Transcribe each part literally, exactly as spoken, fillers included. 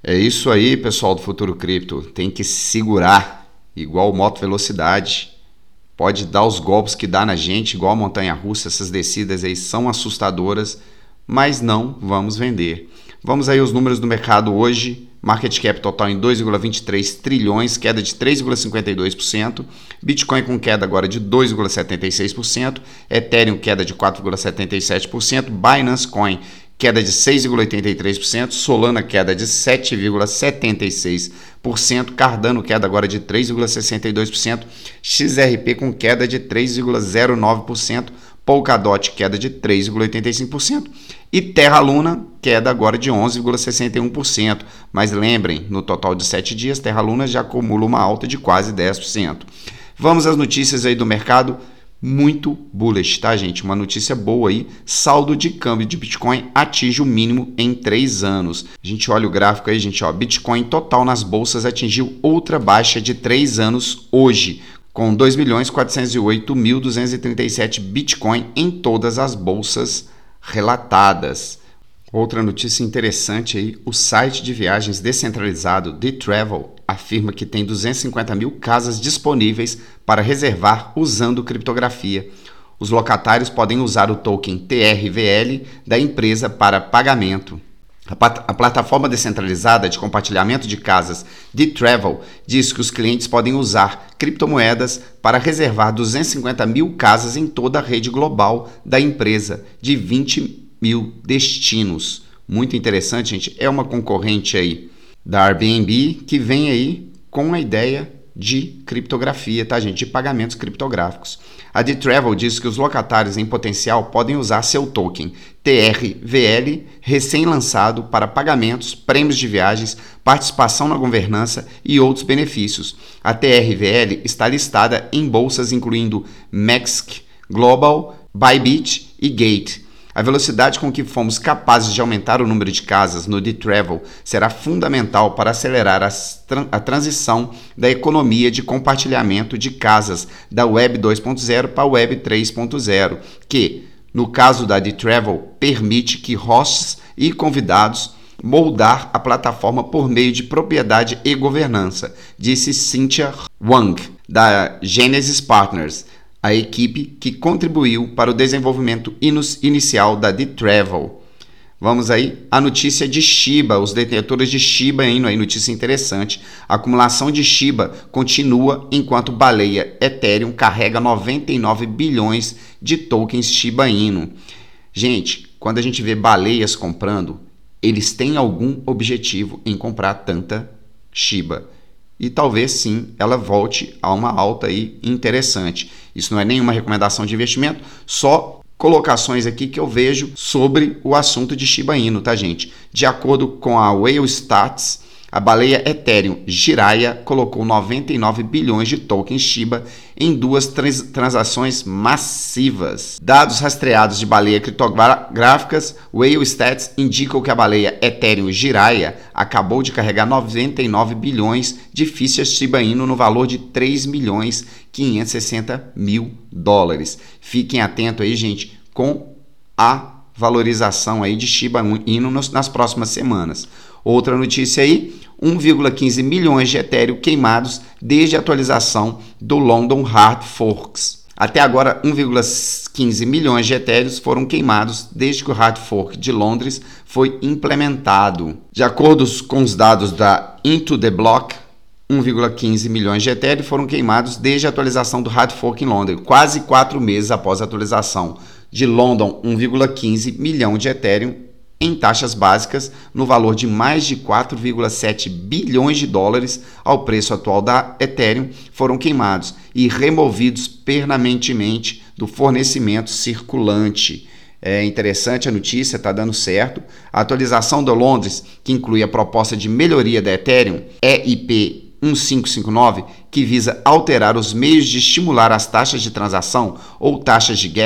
É isso aí, pessoal do Futuro Cripto. Tem que segurar, igual moto velocidade. Pode dar os golpes que dá na gente, igual a montanha-russa. Essas descidas aí são assustadoras, mas não vamos vender. Vamos aí os números do mercado hoje. Market cap total em dois vírgula vinte e três trilhões, queda de três vírgula cinquenta e dois por cento. Bitcoin com queda agora de dois vírgula setenta e seis por cento. Ethereum queda de quatro vírgula setenta e sete por cento. Binance Coin queda de seis vírgula oitenta e três por cento, Solana queda de sete vírgula setenta e seis por cento, Cardano queda agora de três vírgula sessenta e dois por cento, X R P com queda de três vírgula zero nove por cento, Polkadot queda de três vírgula oitenta e cinco por cento e Terra Luna queda agora de onze vírgula sessenta e um por cento. Mas lembrem, no total de sete dias, Terra Luna já acumula uma alta de quase dez por cento. Vamos às notícias aí do mercado. Muito bullish, tá, gente? Uma notícia boa aí. Saldo de câmbio de Bitcoin atinge o mínimo em três anos. A gente olha o gráfico aí, gente, ó. Bitcoin total nas bolsas atingiu outra baixa de três anos hoje, com dois milhões quatrocentos e oito mil duzentos e trinta e sete Bitcoin em todas as bolsas relatadas. Outra notícia interessante aí, o site de viagens descentralizado The Travel afirma que tem duzentas e cinquenta mil casas disponíveis para reservar usando criptografia. Os locatários podem usar o token T R V L da empresa para pagamento. A, pat- a plataforma descentralizada de compartilhamento de casas The Travel diz que os clientes podem usar criptomoedas para reservar duzentas e cinquenta mil casas em toda a rede global da empresa, de vinte mil destinos. Muito interessante, gente. É uma concorrente aí da Airbnb que vem aí com a ideia de criptografia, tá, gente? De pagamentos criptográficos. A The Travel diz que os locatários em potencial podem usar seu token T R V L recém-lançado para pagamentos, prêmios de viagens, participação na governança e outros benefícios. A T R V L está listada em bolsas incluindo Mexic Global, Bybit e Gate. A velocidade com que fomos capazes de aumentar o número de casas no The Travel será fundamental para acelerar a transição da economia de compartilhamento de casas da Web dois ponto zero para a Web três ponto zero, que, no caso da The Travel, permite que hosts e convidados moldar a plataforma por meio de propriedade e governança, disse Cynthia Wang, da Genesis Partners, a equipe que contribuiu para o desenvolvimento inicial da The Travel. Vamos aí, a notícia de Shiba, os detentores de Shiba Inu, aí notícia interessante. A acumulação de Shiba continua enquanto baleia Ethereum carrega noventa e nove bilhões de tokens Shiba Inu. Gente, quando a gente vê baleias comprando, eles têm algum objetivo em comprar tanta Shiba. E talvez sim ela volte a uma alta aí interessante. Isso não é nenhuma recomendação de investimento, só colocações aqui que eu vejo sobre o assunto de Shiba Inu, tá, gente? De acordo com a Whale Stats, a baleia Ethereum Jiraiya colocou noventa e nove bilhões de tokens Shiba em duas trans- transações massivas. Dados rastreados de baleia criptográficas, Whale Stats indicam que a baleia Ethereum Jiraiya acabou de carregar noventa e nove bilhões de fichas Shiba Inu no valor de três milhões quinhentos e sessenta mil dólares. Fiquem atentos aí, gente, com a valorização aí de Shiba Inu nas próximas semanas. Outra notícia aí, um vírgula quinze milhões de Ethereum queimados desde a atualização do London Hard Forks. Até agora, um vírgula quinze milhões de Ethereum foram queimados desde que o Hard Fork de Londres foi implementado. De acordo com os dados da Into the Block, um vírgula quinze milhões de Ethereum foram queimados desde a atualização do Hard Fork em Londres, quase quatro meses após a atualização. De London, um vírgula quinze milhão de Ethereum em taxas básicas, no valor de mais de quatro vírgula sete bilhões de dólares ao preço atual da Ethereum, foram queimados e removidos permanentemente do fornecimento circulante. É interessante a notícia, está dando certo. A atualização do Londres, que inclui a proposta de melhoria da Ethereum, E I P um cinco cinco nove, que visa alterar os meios de estimular as taxas de transação ou taxas de gas,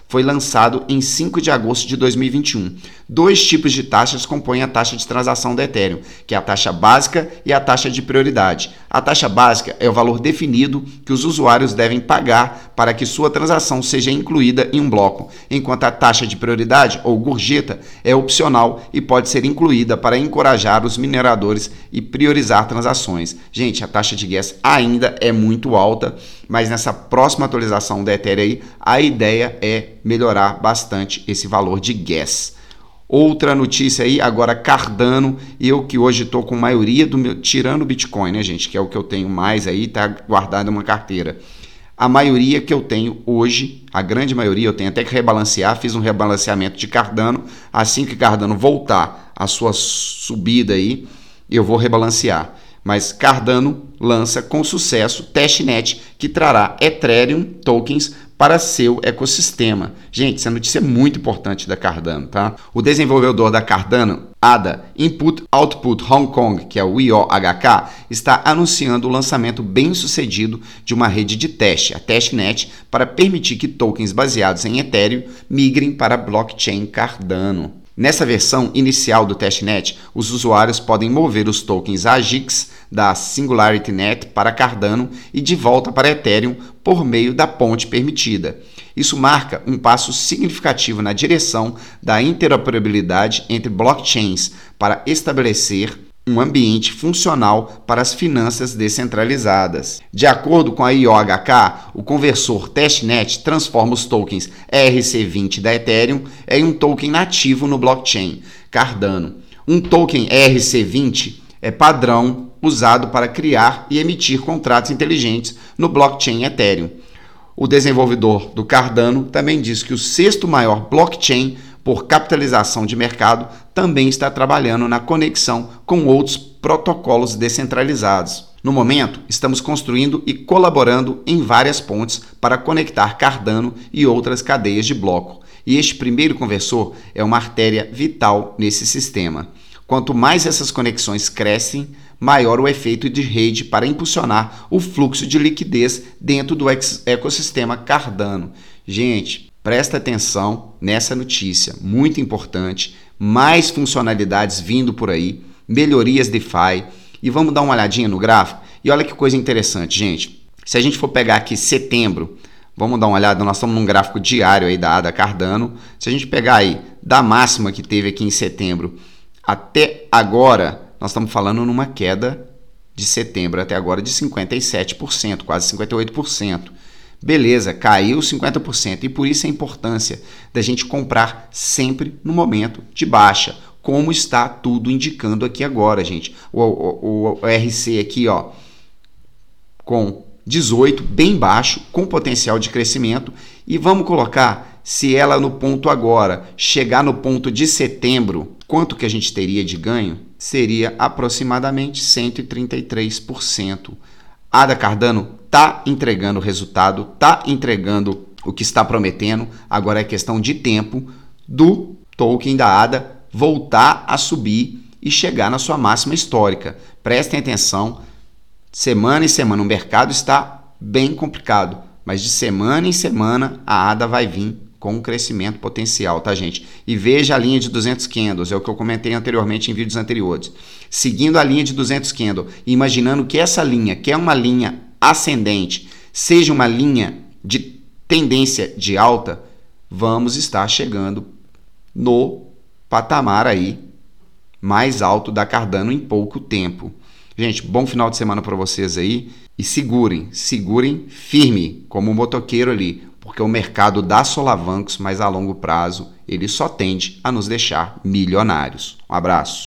foi lançado em cinco de agosto de dois mil e vinte e um. Dois tipos de taxas compõem a taxa de transação do Ethereum, que é a taxa básica e a taxa de prioridade. A taxa básica é o valor definido que os usuários devem pagar para que sua transação seja incluída em um bloco, enquanto a taxa de prioridade, ou gorjeta, é opcional e pode ser incluída para encorajar os mineradores e priorizar transações. Gente, a taxa de gas ainda é muito alta, mas nessa próxima atualização da Ethereum aí, a ideia é melhorar bastante esse valor de gas. Outra notícia aí, agora Cardano, eu que hoje estou com a maioria do meu, tirando o Bitcoin, né, gente, que é o que eu tenho mais aí, tá guardado em uma carteira. A maioria que eu tenho hoje, a grande maioria, eu tenho até que rebalancear, fiz um rebalanceamento de Cardano, assim que Cardano voltar a sua subida aí, eu vou rebalancear. Mas Cardano lança com sucesso testnet que trará Ethereum tokens para seu ecossistema. Gente, essa notícia é muito importante da Cardano, tá? O desenvolvedor da Cardano, A D A Input Output Hong Kong, que é o I O H K, está anunciando o lançamento bem-sucedido de uma rede de teste, a testnet, para permitir que tokens baseados em Ethereum migrem para a blockchain Cardano. Nessa versão inicial do testnet, os usuários podem mover os tokens A G I X da SingularityNet para Cardano e de volta para Ethereum por meio da ponte permitida. Isso marca um passo significativo na direção da interoperabilidade entre blockchains para estabelecer um ambiente funcional para as finanças descentralizadas. De acordo com a I O H K, o conversor testnet transforma os tokens E R C vinte da Ethereum em um token nativo no blockchain Cardano. Um token E R C vinte é padrão usado para criar e emitir contratos inteligentes no blockchain Ethereum. O desenvolvedor do Cardano também diz que o sexto maior blockchain por capitalização de mercado, também está trabalhando na conexão com outros protocolos descentralizados. No momento, estamos construindo e colaborando em várias pontes para conectar Cardano e outras cadeias de bloco. E este primeiro conversor é uma artéria vital nesse sistema. Quanto mais essas conexões crescem, maior o efeito de rede para impulsionar o fluxo de liquidez dentro do ecossistema Cardano. Gente, presta atenção nessa notícia, muito importante, mais funcionalidades vindo por aí, melhorias DeFi, e vamos dar uma olhadinha no gráfico, e olha que coisa interessante, gente, se a gente for pegar aqui setembro, vamos dar uma olhada, nós estamos num gráfico diário aí da A D A Cardano, se a gente pegar aí da máxima que teve aqui em setembro até agora, nós estamos falando numa queda de setembro até agora de cinquenta e sete por cento, quase cinquenta e oito por cento. Beleza, caiu cinquenta por cento e por isso a importância da gente comprar sempre no momento de baixa, como está tudo indicando aqui agora, gente. O, o, o R C aqui, ó, com dezoito, bem baixo, com potencial de crescimento, e vamos colocar, se ela no ponto agora chegar no ponto de setembro, quanto que a gente teria de ganho? Seria aproximadamente cento e trinta e três por cento. A D A Cardano está entregando o resultado, está entregando o que está prometendo, agora é questão de tempo do token da A D A voltar a subir e chegar na sua máxima histórica. Prestem atenção, semana em semana o mercado está bem complicado, mas de semana em semana a A D A vai vir com um crescimento potencial, tá, gente? E veja a linha de duzentos candles, é o que eu comentei anteriormente em vídeos anteriores. Seguindo a linha de duzentos candles e imaginando que essa linha, que é uma linha ascendente, seja uma linha de tendência de alta, vamos estar chegando no patamar aí mais alto da Cardano em pouco tempo. Gente, bom final de semana para vocês aí e segurem, segurem firme como um motoqueiro ali, porque o mercado dá solavancos, mas a longo prazo ele só tende a nos deixar milionários. Um abraço.